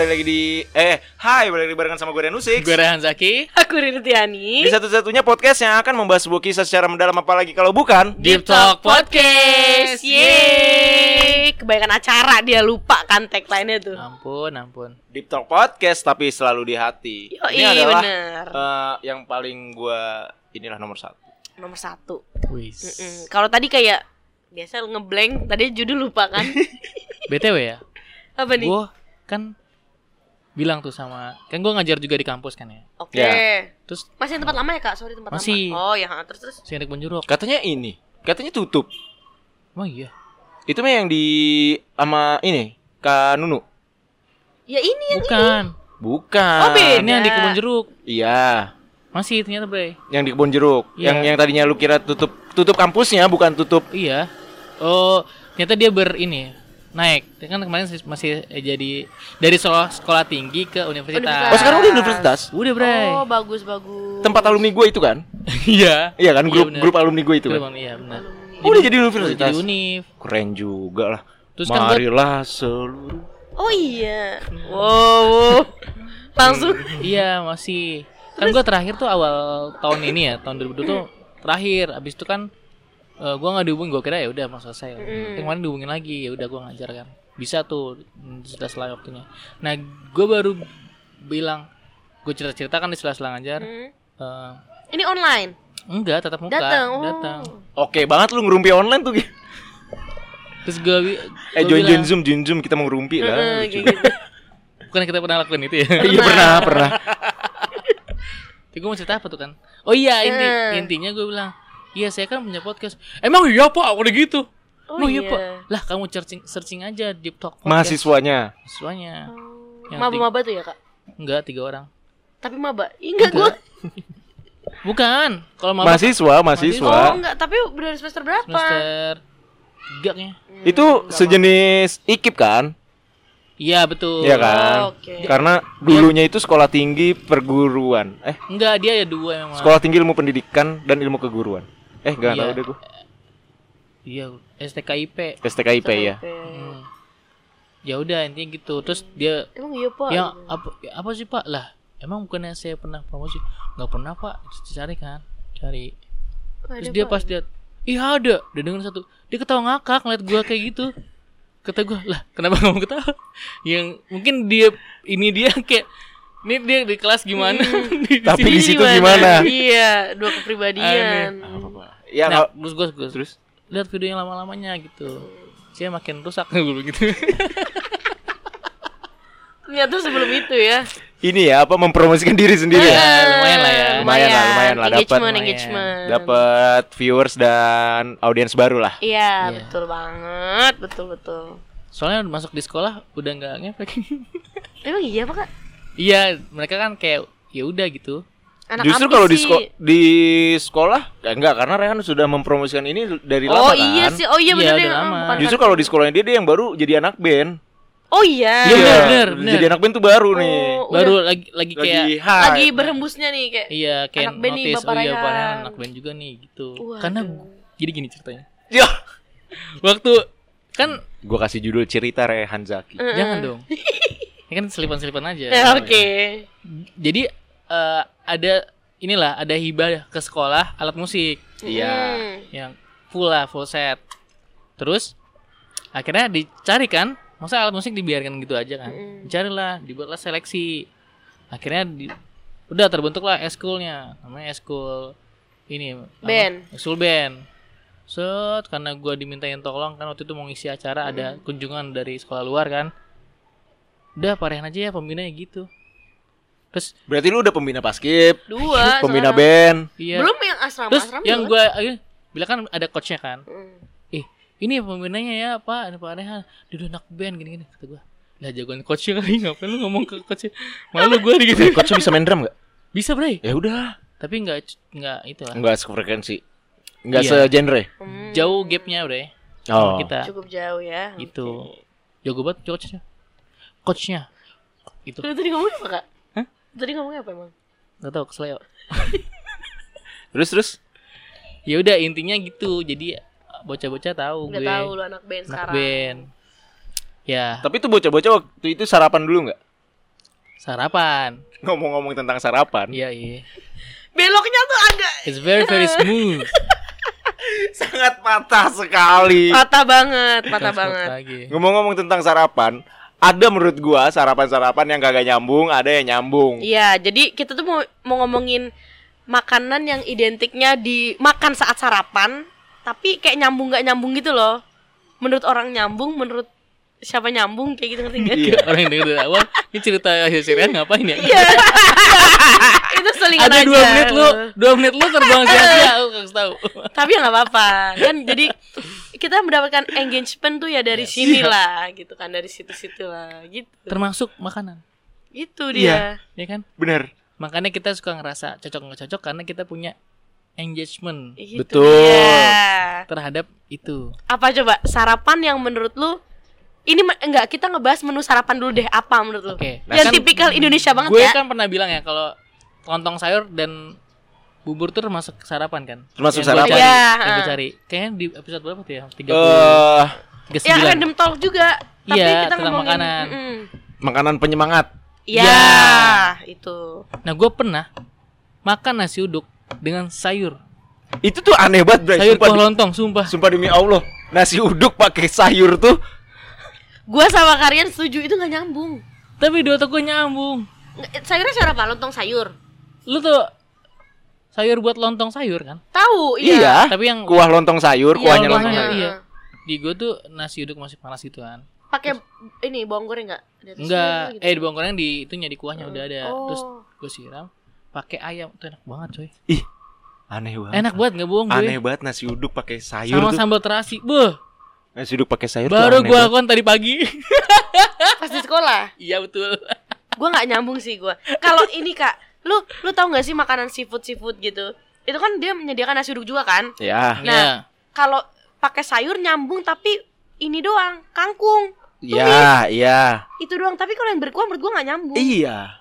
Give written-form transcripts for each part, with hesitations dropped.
balik lagi di balik lagi barengan sama gue Rian Usik. Gue Rehan Zaki. Aku Riri Tiani. Di satu-satunya podcast yang akan membahas sebuah kisah secara mendalam, apalagi kalau bukan Deep Talk Podcast. Yeay. Kebanyakan acara dia lupa kan tagline-nya tuh. Ampun. Deep Talk Podcast, tapi selalu di hati. Yoi, Ini adalah bener. Yang paling gue inilah nomor 1. Nomor 1. Wis. Kalau tadi kayak biasa ngeblank, tadi judul lupa kan? BTW ya. Apa nih? Gue kan bilang tuh sama, kan gue ngajar juga di kampus kan ya. Oke. Ya. Terus Masih tempat lama ya Kak? Sorry tempat Masih. lama. Oh ya, terus. si anak Bonjuruk. Katanya tutup. Emang iya. Itu mah yang di sama ini Kak Nunu. Ya ini yang Bukan. Bukan. Oh, beda. Ini yang di Kebun Jeruk. Iya, Masih ternyata Bray. yang di Kebun Jeruk. Iya. Yang tadinya lu kira tutup kampusnya, bukan tutup. Iya. Oh, ternyata dia naik. Kan kemarin masih jadi dari sekolah tinggi ke universitas. Oh, sekarang udah universitas. Udah, Bray. Oh, bagus. Tempat alumni gue itu kan? Iya. Iya kan, Iya, bener. grup alumni gue itu kan. Iya, benar. Oh, udah jadi universitas. Jadi univ. Keren juga lah. Terus kan Marilah seluruh. Oh iya. Wow. Langsung. Iya, masih. Kan gue terakhir tuh awal tahun ini ya, tahun 2020 tuh terakhir. Abis itu kan gue nggak dihubungin, gue kira ya udah mau selesai. Kemarin dihubungin lagi, ya udah gue ngajar kan. Bisa tuh sudah selesai waktunya. Nah, gue baru bilang, gue cerita kan di sela-sela ngajar. Ini online. Enggak, tetap muka. Datang. Oke banget lu ngerumpi online tuh. Terus gue Join Zoom kita mau ngerumpi lah. Lucu. Kayak gitu. Bukan kita pernah lakuin itu ya. Iya pernah. Tapi gue mau cerita apa tuh kan? Oh iya, intinya gue bilang, iya saya kan punya podcast. Emang iya Pak, udah gitu. Oh Emang iya iya. Pak. Lah kamu searching aja Deep Talk Podcast. Mahasiswanya. Mahasiswanya. Yang Maba-maba tuh ya Kak? Enggak, 3 orang. Tapi maba? Enggak gue. Bukan. Kalau maba Mahasiswa. Oh enggak, tapi dari semester berapa? semester 3 nya. Itu sejenis IKIP kan? Iya, betul. Iya kan? Oh, oke. Karena dulunya itu sekolah tinggi perguruan. Enggak, dia ada 2 memang. Sekolah tinggi ilmu pendidikan dan ilmu keguruan. Enggak Iya. tahu deh gue. Iya, STKIP. STKIP ya. Ya udah intinya gitu. Terus dia Emang iya Pak? yang apa sih Pak? Lah, emang bukannya saya pernah promosi? Enggak pernah Pak. Terus cari. Terus dia pas lihat, iya ada. Dia denger satu. Dia ketawa ngakak ngeliat gua kayak gitu. Kata gua, lah kenapa kamu ketawa? Yang mungkin dia kayak ini dia di kelas gimana? Tapi di situ gimana? Iya, 2 kepribadian. Ya Nah, kalau- terus lihat video yang lama-lamanya gitu. Saya makin rusak dulu gitu. Ternyata sebelum itu ya. ini ya mempromosikan diri sendiri ya. Lumayan lah ya. Lumayan lah Engagement. dapat viewers dan audiens baru lah. Iya, Iya. betul banget. Betul. Soalnya masuk di sekolah udah enggak ngefek. Emang iya Pak Kak? Iya, mereka kan kayak ya udah gitu. Anak Justru kampus kalau sih. di sekolah enggak, karena Rehan sudah mempromosikan ini dari lama Oh kan. iya sih. Oh iya Iya, benar udah ya. lama. Bukan Justru kalau di sekolahnya dia yang baru jadi anak band. Oh iya. Iya, bener. Jadi anak band tuh baru nih. Oh, Baru udah. lagi kayak high. Lagi berhembusnya nih kayak. iya kayak anak band nih, notice Bapak Pak Rehan. Rehan anak band juga nih gitu. Waduh. Karena jadi gini ceritanya. Ya. Waktu kan Gua kasih judul cerita Rehan Zaki. jangan dong. Ini kan selipan-selipan aja. Oke. Jadi ada hibah ke sekolah alat musik Iya. yang full set. Terus akhirnya dicari kan, masa alat musik dibiarkan gitu aja kan? Dicarilah, dibuatlah seleksi. Akhirnya udah terbentuklah eskulnya, namanya eskul ini Band. Eskul band. Set, karena gue dimintain tolong kan waktu itu mau ngisi acara, ada kunjungan dari sekolah luar kan. Udah Pak Rehan aja ya pembinanya gitu. Terus Berarti lu udah pembina paskib, 2 pembina sekarang. band. iya. Belum yang asrama. Terus asrama yang belum, gue bilang kan ada coachnya kan. Ini pembinanya ya Pak, ada Pak Rehan. Dia udah anak band gini-gini kata gue. Lah jagoan coachnya kali, ngapain lu ngomong ke coachnya? Malu gue gitu. Coach bisa main drum enggak? Bisa Bre. Ya udah. Tapi enggak itu lah. Enggak sefrekuensi. Enggak Iya. segenre. Jauh gapnya Bre. Oh. Kita Cukup jauh ya. gitu. Jago banget coachnya. Itu. Lu tadi ngomongnya apa Kak? Hah? Tadi ngomongnya apa emang? Enggak tahu kesleo. Terus Ya udah intinya gitu. Jadi bocah-bocah tahu Udah gue. tahu lu anak band Anak sekarang. band. Ya. tapi tuh bocah-bocah waktu itu sarapan dulu enggak? sarapan. Ngomong-ngomong tentang sarapan, Iya, iya. Beloknya tuh agak It's very very smooth. sangat patah sekali. patah banget, patah Transport banget. lagi. Ngomong-ngomong tentang sarapan, ada menurut gua sarapan-sarapan yang kagak nyambung, ada yang nyambung. Iya, jadi kita tuh mau ngomongin makanan yang identiknya dimakan saat sarapan, tapi kayak nyambung nggak nyambung gitu loh. Menurut orang nyambung, menurut siapa nyambung kayak gitu, ngerti nggak? Iya. Orang yang denger dari awal, ini cerita Syrian ngapain ya? Iya. Itu selingan Ada aja. 2 menit lu terbang sia-sia, aku kasih tahu. Tapi ya nggak apa-apa kan, jadi kita mendapatkan engagement tuh ya dari sini lah gitu kan, dari situ-situ lah gitu. Termasuk makanan, Gitu Iya. dia. ya kan? Bener. Makanya kita suka ngerasa cocok nggak cocok karena kita punya engagement Gitu Betul. dia. terhadap itu. Apa coba sarapan yang menurut lu ini enggak, kita ngebahas menu sarapan dulu deh, apa menurut lu? Oke. Yang Nah, kan tipikal Indonesia banget Gue ya. kan pernah bilang ya kalau lontong sayur dan bubur tuh termasuk sarapan kan? Termasuk Yang gua sarapan. cari, Iya, yang gue ha. cari. Kayaknya di episode berapa tuh ya? 30, Eh, 39. Ya random talk juga. Tapi Iya, kita tentang ngomongin makanan. makanan penyemangat. Iya, itu. Nah, gue pernah makan nasi uduk dengan sayur. Itu tuh aneh banget, Bray. Sayur Sumpah, kuah lontong, sumpah. sumpah demi Allah, nasi uduk pakai sayur tuh. Gua sama Karian setuju, itu nggak nyambung. Tapi di otak gue nyambung. Sayurnya sayur apa? Lontong sayur. Lu tuh sayur buat lontong sayur kan? Tahu, Iya. iya. Tapi yang Kuah lontong sayur, Iya, kuahnya lontong lontong sayur. sayur. Iya. Di gue tuh nasi uduk masih panas gitu kan. Pakai ini bawang goreng enggak? Enggak, di bawang goreng di itunya di kuahnya udah ada. Oh. Terus gue siram pakai ayam, tuh enak banget coy. Ih, aneh banget. Enak banget nggak bohong gue. Aneh banget nasi uduk pakai sayur Sama tuh. sambal terasi. Beuh, Nasi uduk pakai sayur tuh baru aneh gue banget. lakukan tadi pagi. Pas di sekolah. Iya betul. Gua nggak nyambung sih gua. Kalau ini Kak, lu tahu nggak sih makanan seafood gitu? Itu kan dia menyediakan nasi uduk juga kan? Ya, Nah, Iya. kalau pakai sayur nyambung, tapi ini doang, kangkung. iya, iya. Itu doang, tapi kalau yang berkuah menurut gua nggak nyambung. Iya.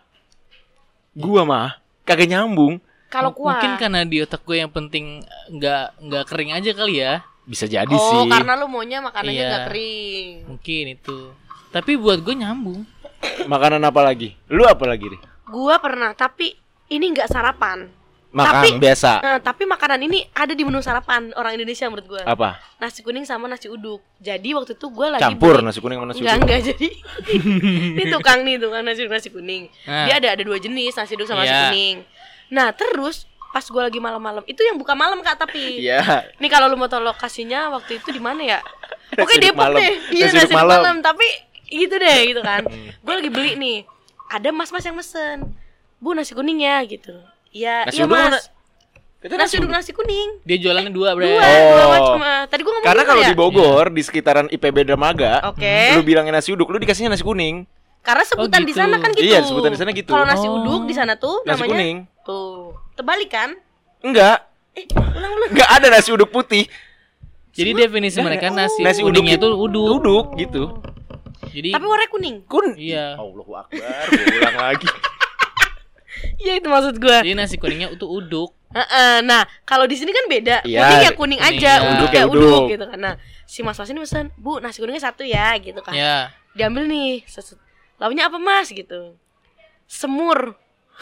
Gua mah kagak nyambung. Kalau kuah. Mungkin karena di otak gue yang penting nggak kering aja kali ya. Bisa jadi Oh, sih. karena lu maunya makanannya Iya. nggak kering. Mungkin itu. Tapi buat gue nyambung. Makanan apa lagi? Lu apa lagi, Ri? Gua pernah, tapi ini nggak sarapan. Makan biasa. Tapi makanan ini ada di menu sarapan orang Indonesia menurut gua. Apa? Nasi kuning sama nasi uduk. Jadi waktu itu gua lagi Campur beli- nasi kuning sama nasi Enggak, uduk. enggak jadi. Ini tukang nasi kuning. Nah. Dia ada 2 jenis, nasi uduk sama nasi Iya. kuning. Nah, terus pas gua lagi malam-malam, itu yang buka malam Kak, tapi Iya. nih kalau lu mau tahu lokasinya waktu itu di mana ya? Oke, Nasi uduk Depok malam. deh. Iya, Nasi nasi uduk uduk malam. malam, tapi gitu deh gitu kan. Gua lagi beli nih. Ada mas-mas yang mesen. Bu, nasi kuning ya gitu. Iya, Nasi iya uduk Mas. Itu Nasi uduk nasi kuning. Dia jualannya 2 bre. Dua Oh. macam. Tadi gua ngomong Karena dua kalau ya? di Bogor di sekitaran IPB Dramaga, Oke. lu bilangin nasi uduk, lu dikasihnya nasi kuning. Karena sebutan di gitu. sana kan gitu. Iya, sebutan di sana gitu. Kalau nasi Oh. uduk di sana tuh Nasi namanya kuning. tuh. Terbalik kan? Enggak. Ulang-ulang. Enggak ada nasi uduk putih. Jadi definisi mereka nasi, Nasi kuningnya itu uduk. uduk. Uduk gitu. Jadi Tapi warnanya kuning. iya. Allahu Akbar, gua ulang lagi. Iya, itu maksud gua. Jadi nasi kuningnya itu uduk. Nah, kalau di sini kan beda. Iya, Kuning ya kuning kuning aja, ya. uduk Uduk ya ya uduk uduk. gitu kan. Nah, si mas-mas ini pesan, "Bu, nasi kuningnya 1 ya," gitu kan. Ya. Diambil nih. Lauknya apa, Mas? Gitu. Semur.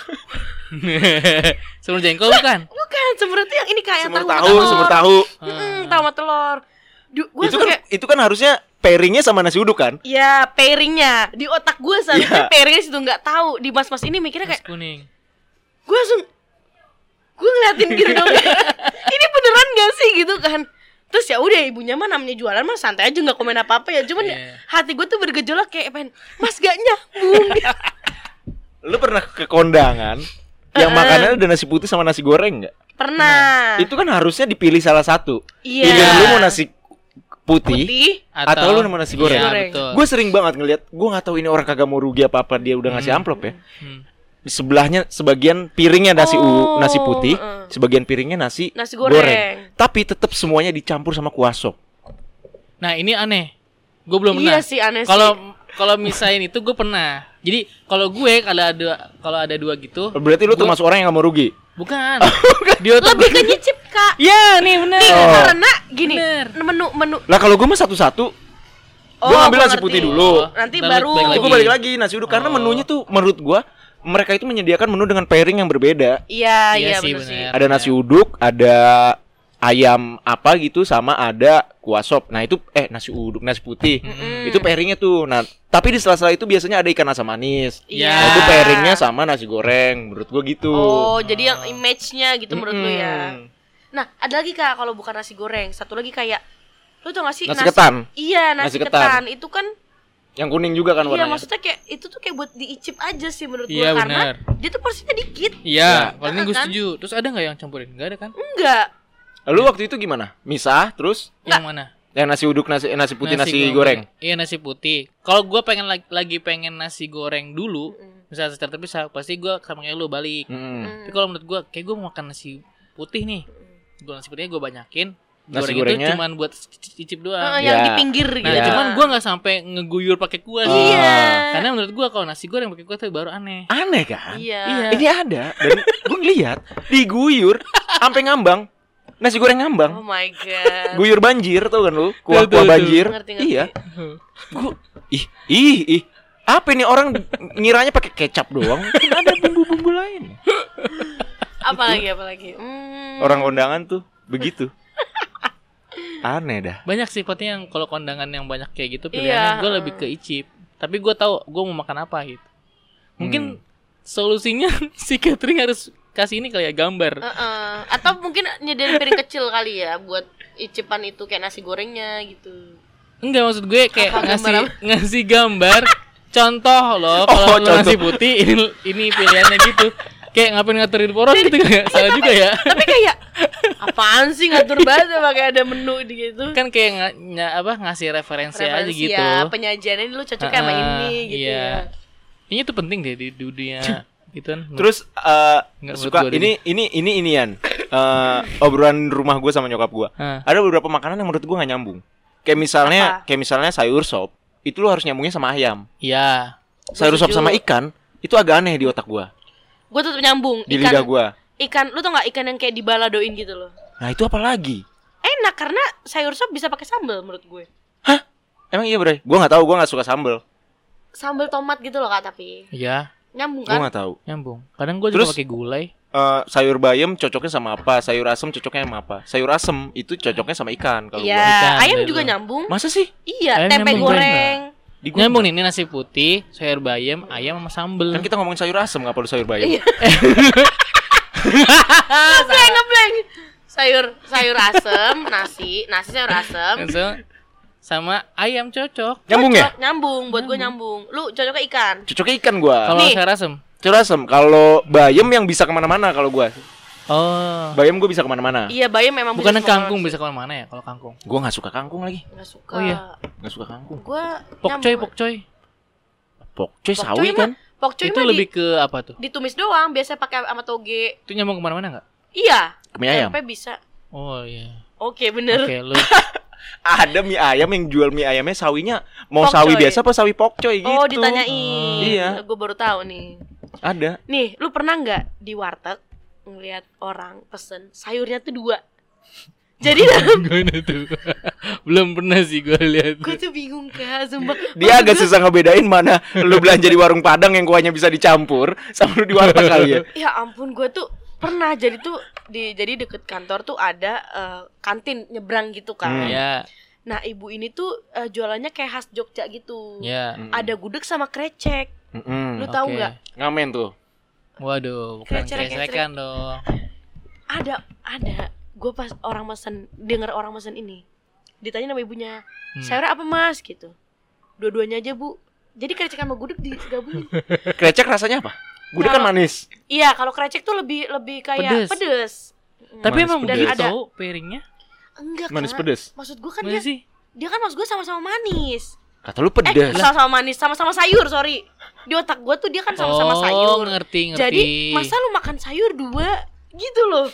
Semur jengkol bukan? Bukan, semur itu yang ini kayak Semur tahu. tahu, sama telur. semur tahu. Tahu sama telur. Gue Itu kan harusnya pairingnya sama nasi uduk kan? ya pairingnya di otak gue seharusnya Iya. pairingnya situ nggak tahu, di mas-mas ini mikirnya Nasi kayak kuning. gue langsung gue ngeliatin gitu dong. Ini beneran gak sih gitu kan. Terus ya udah, ibunya mah namanya jualan mah santai aja, nggak komen apa-apa ya. Cuman Iya. hati gue tuh bergejolak kayak pengen, Mas gak nyambung. Lu pernah ke kondangan yang makanannya ada nasi putih sama nasi goreng nggak? Pernah. Itu kan harusnya dipilih salah satu. Iya. Either lu mau nasi putih, Putih. atau lu mau nasi goreng. Iya, Goreng. betul. Gue sering banget ngeliat, gue nggak tahu ini orang kagak mau rugi apa dia udah ngasih amplop ya. Hmm. Di sebelahnya sebagian piringnya nasi Oh, nasi putih, heeh. sebagian piringnya nasi Goreng. Tapi tetap semuanya dicampur sama kuah sop. Nah, ini aneh. Gue belum Iya pernah. sih, aneh sih. Kalau misain itu gue pernah. Jadi kalau gue kalau ada 2 gitu, Berarti lu Gua- termasuk orang yang nggak mau rugi. bukan. Di otak Lebih gue. ke nyicip, Kak. Ya, nih bener. Nih, Oh. karena gini, Bener. menu Lah kalau gue mah satu-satu. Gua ngambil gua nasi ngerti. putih dulu. Nanti Ntar baru balik Gue balik lagi nasi uduk karena menunya tuh menurut gua mereka itu menyediakan menu dengan pairing yang berbeda. Iya, Iya iya sih, benar sih. bener. Ada nasi uduk, ada ayam apa gitu sama ada kuah sop. Nah, itu nasi uduk, nasi putih. Itu pairingnya tuh. Nah, tapi di sela-sela itu biasanya ada ikan asam manis. Iya. Nah, itu pairingnya sama nasi goreng. Menurut gua gitu. Oh, jadi yang image-nya gitu menurut lu ya. Mm-mm. Nah, ada lagi Kak kalau bukan nasi goreng. Satu lagi kayak lu tau gak sih Nasi ketan. Iya, nasi Nasi ketan. ketan. Itu kan Yang kuning juga kan iya, warnanya. maksudnya kayak itu tuh kayak buat diicip aja sih menurut Iya, gua karena benar. dia tuh porsinya dikit. Iya, paling gue kan? setuju. Terus ada nggak yang campurin? Nggak ada kan? Enggak. Lu waktu itu gimana? Misah terus Yang mana? yang nasi uduk, nasi putih, nasi goreng. Iya, nasi putih. Kalau gue pengen lagi pengen nasi goreng dulu, misalnya secara terpisah, pasti gue sama kayak lu balik. Tapi kalau menurut gue, kayak gue mau makan nasi putih nih. Gue nasi putihnya gue banyakin. Nasi Goreng gorengnya? itu cuman buat cicip doang. Yang Ya. di pinggir Nah, gitu. cuman gue nggak sampai ngeguyur pakai kuah. Iya. Karena menurut gue kalau nasi goreng pakai kuah tuh baru aneh. Aneh kan? Iya. Ini ada dan gue ngeliat diguyur sampai ngambang. Nasi goreng Oh ngambang. my god. Guyur banjir tau kan lu? Kuah Tuh, tuh. banjir. Ngerti. Iya. Gua ih. Apa ini orang ngiranya pakai kecap doang? Mungkin ada bumbu-bumbu lain. Apalagi. Orang kondangan tuh begitu. Aneh dah. Banyak sih potnya yang kalau kondangan yang banyak kayak gitu Iya. pilihannya gue lebih ke icip. Tapi gue tahu gue mau makan apa gitu. Mungkin solusinya si catering harus kasih ini kali ya, gambar. Atau mungkin nyediain piring kecil kali ya buat icipan itu kayak nasi gorengnya gitu. Enggak, maksud gue kayak Apa gambar ngasih gambar contoh loh kalau lu nasi putih ini pilihannya gitu. Kayak ngapain ngaturin poros gitu kayak salah juga ya. Tapi kayak apaan sih ngatur banget pakai ada menu di gitu. Kan kayak ngasih referensi aja gitu. Ya, penyajiannya lu cocok sama ini gitu iya. ya. Kayaknya itu penting deh di dunia gitu kan. Terus Nggak suka menurut gua inian obrolan rumah gue sama nyokap gue. Ada beberapa makanan yang menurut gue nggak nyambung. Kayak misalnya sayur sop itu lu harus nyambungnya sama ayam. Iya. Sayur sop sama ikan itu agak aneh di otak gue. Gue tetap nyambung. Di lidah gue. Ikan, lu tau gak ikan yang kayak dibaladoin gitu loh. Nah itu apa lagi? Enak karena sayur sop bisa pakai sambal menurut gue. Hah? Emang iya bre? Gue nggak tahu, gue nggak suka sambel. Sambal tomat gitu loh Kak tapi. Iya, Nyambung Gue kan? nggak tahu. nyambung. Kadang gue Terus- juga pakai gulai. Sayur bayam cocoknya sama apa? Sayur asem cocoknya sama apa? Sayur asem itu cocoknya sama ikan kalau Iya, gua. Ikan, ayam deh juga lu. nyambung. Masa sih? Iya, Ayam tempe nyambung, goreng. Nyambung nih, ini nasi putih, sayur bayam, ayam sama sambel. Kan kita ngomongin sayur asem, nggak perlu sayur bayam. Iya. Ngeblank. Sayur asem, nasi sayur asem. Sama ayam cocok. Nyambung ya? Cocok, nyambung, buat gue nyambung. Lu cocoknya ikan. Cocoknya ikan gua. Kalau Nih. sayur asem. Sayur asem. Kalau bayam yang bisa kemana-mana kalau gua. Oh. Bayam gua bisa kemana-mana. Iya, bayam memang Bukan bisa kangkung semua bisa kemana-mana ya kalau kangkung. Gua nggak suka kangkung lagi. orang. Nggak suka. Oh iya. Nggak suka kangkung. Gue Pokcoy. Pokcoy sawi kan? Pokcoy Itu mah lebih ke apa tuh? ditumis doang, biasa pakai sama toge. Itu nyambung kemana-mana nggak? Iya. Ke mie ayam. Tempe bisa. Oh iya. Oke, bener. Oke, lu. Ada mie ayam yang jual mie ayamnya sawinya mau Pokcoy. sawi biasa apa sawi pokcoy gitu. Oh, ditanyain. Iya. Gue baru tahu nih. Ada. Nih, lu pernah nggak di warteg ngelihat orang pesen sayurnya tuh 2? Jadi Gimana tuh? Belum pernah sih gue lihat. gue tuh bingung Kak, sumpah. Dia agak susah ngebedain mana lu belanja di warung Padang yang kuahnya bisa dicampur sama lu di warteg kali ya. Ya ampun, gue tuh pernah jadi tuh jadi deket kantor tuh ada kantin nyebrang gitu kan. Iya. Nah, ibu ini tuh jualannya kayak khas Jogja gitu. Iya. Ada gudeg sama krecek. Lu tahu Oke. nggak? Ngamen tuh. Waduh, bukan Krecek. krecek-krecekan dong. Ada. Gue pas denger orang mesen ini, ditanya sama ibunya, sayurnya apa mas gitu. Dua-duanya aja bu. Jadi krecek sama gudeg digabungin. Krecek rasanya apa? Gudeg kan manis. Iya, kalau krecek tuh lebih kayak pedes. Tapi Manis emang pedes. begitu Dan ada- tau pairingnya? Enggak Manis Kak. pedes. Maksud gue kan Mana dia sih? kan maksud gue sama-sama manis. Kata lu pedes. Sama-sama manis, sama-sama sayur, sorry. Di otak gue tuh dia kan sama-sama Oh, sayur. ngerti. Jadi masa lu makan sayur 2 gitu loh.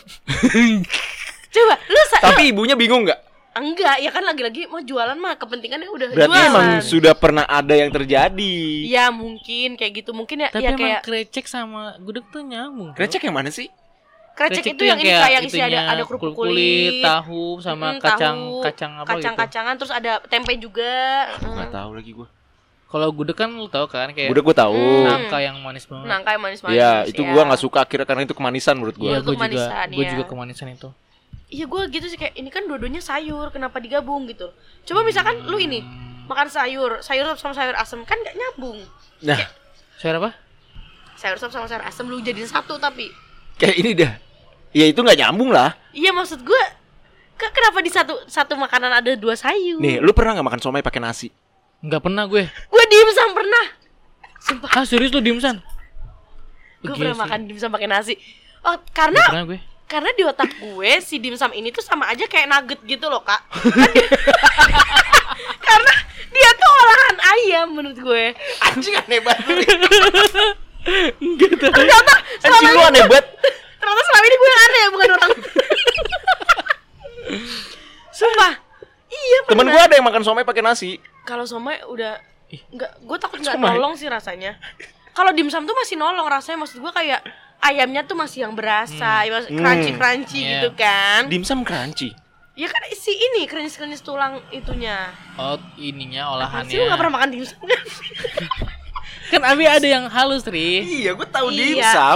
Coba lu Tapi ibunya bingung nggak? enggak, ya kan lagi-lagi mau jualan mah kepentingannya udah Berarti jualan. emang sudah pernah ada yang terjadi. Ya mungkin kayak gitu, mungkin ya Tapi ya emang kayak krecek sama gudeg tuh nyambung. Krecek yang mana sih? Krecek itu yang ini kayak isi ada kerupuk kulit, tahu sama kacang-kacangan, terus ada tempe juga. Nggak tahu lagi gue. Kalau gudeg kan lu tahu kan kayak Gudeg gue tahu. nangka yang manis banget. Nangka yang manis-manis. Iya, itu gue nggak suka akhirnya karena itu kemanisan menurut gue. Iya, kemanisan, gue juga kemanisan itu. Iya, gue gitu sih kayak ini kan dua-duanya sayur, kenapa digabung gitu. Coba misalkan lu ini makan sayur sop sama sayur asem kan nggak nyambung. Nah, sayur apa? Sayur sop sama sayur asem lu jadiin satu tapi kayak ini dah. Ya itu nggak nyambung lah. iya maksud gue kenapa di satu makanan ada dua sayur? Nih, lu pernah nggak makan somai pakai nasi? Nggak pernah gue. Gue dimsum pernah. Sumpah. Ah serius lu dimsum? Gue pernah makan dimsum pakai nasi. Oh karena gue. Karena di otak gue si dimsum ini tuh sama aja kayak nugget gitu loh kak. Karena dia tuh olahan ayam menurut gue. Anjing aneh banget. Gitu. Ternyata Anjing lu aneh banget. Ternyata selama ini gue yang aneh bukan orang. Sumpah. Iya pernah. Temen gue ada yang makan somai pakai nasi. Kalau somai udah nggak, gue takut nggak nolong sih rasanya. Kalau dimsum tuh masih nolong rasanya, maksud gue kayak ayamnya tuh masih yang berasa, crunchy gitu kan. Dimsum crunchy. Ya kan si ini krenis tulang itunya. Oh ininya olahannya. Pasti lu nggak pernah makan dimsum kan? Kan Abi ada yang halus Ri. Iya, gue tahu Iya. dimsum.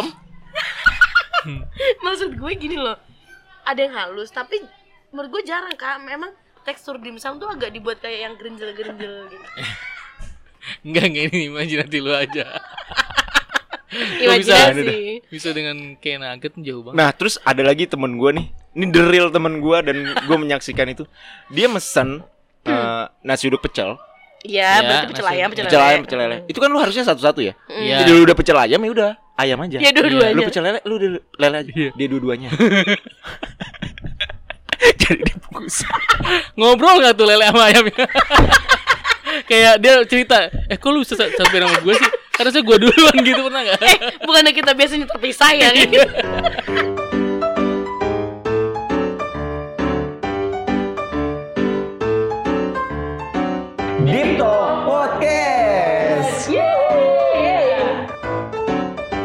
Maksud gue gini loh, ada yang halus tapi menurut gue jarang kak. Memang tekstur dimsum tuh agak dibuat kayak yang gerinjel gitu. Enggak ini imajinasi lu aja. Imajinasi. Bisa dengan kayak nugget jauh banget. Nah, terus ada lagi temen gue nih. Ini the real temen gue dan gue menyaksikan itu. Dia mesen nasi uduk pecel. Iya, berarti pecel ayam, Pecel lele. Itu kan lu harusnya satu-satu ya. Iya. Jadi lu udah pecel ayam ya udah ayam aja. Ya dua-duanya. Lu pecel lele, lu udah lele aja. Dia dua-duanya. Jadi dibungkus. Ngobrol gak tuh lele sama ayamnya? Kayak dia cerita, kok lu bisa sampai nama gue sih? Harusnya gue duluan gitu, pernah gak? Bukannya kita biasanya terpisah ya gitu. Deep Talk Podcast.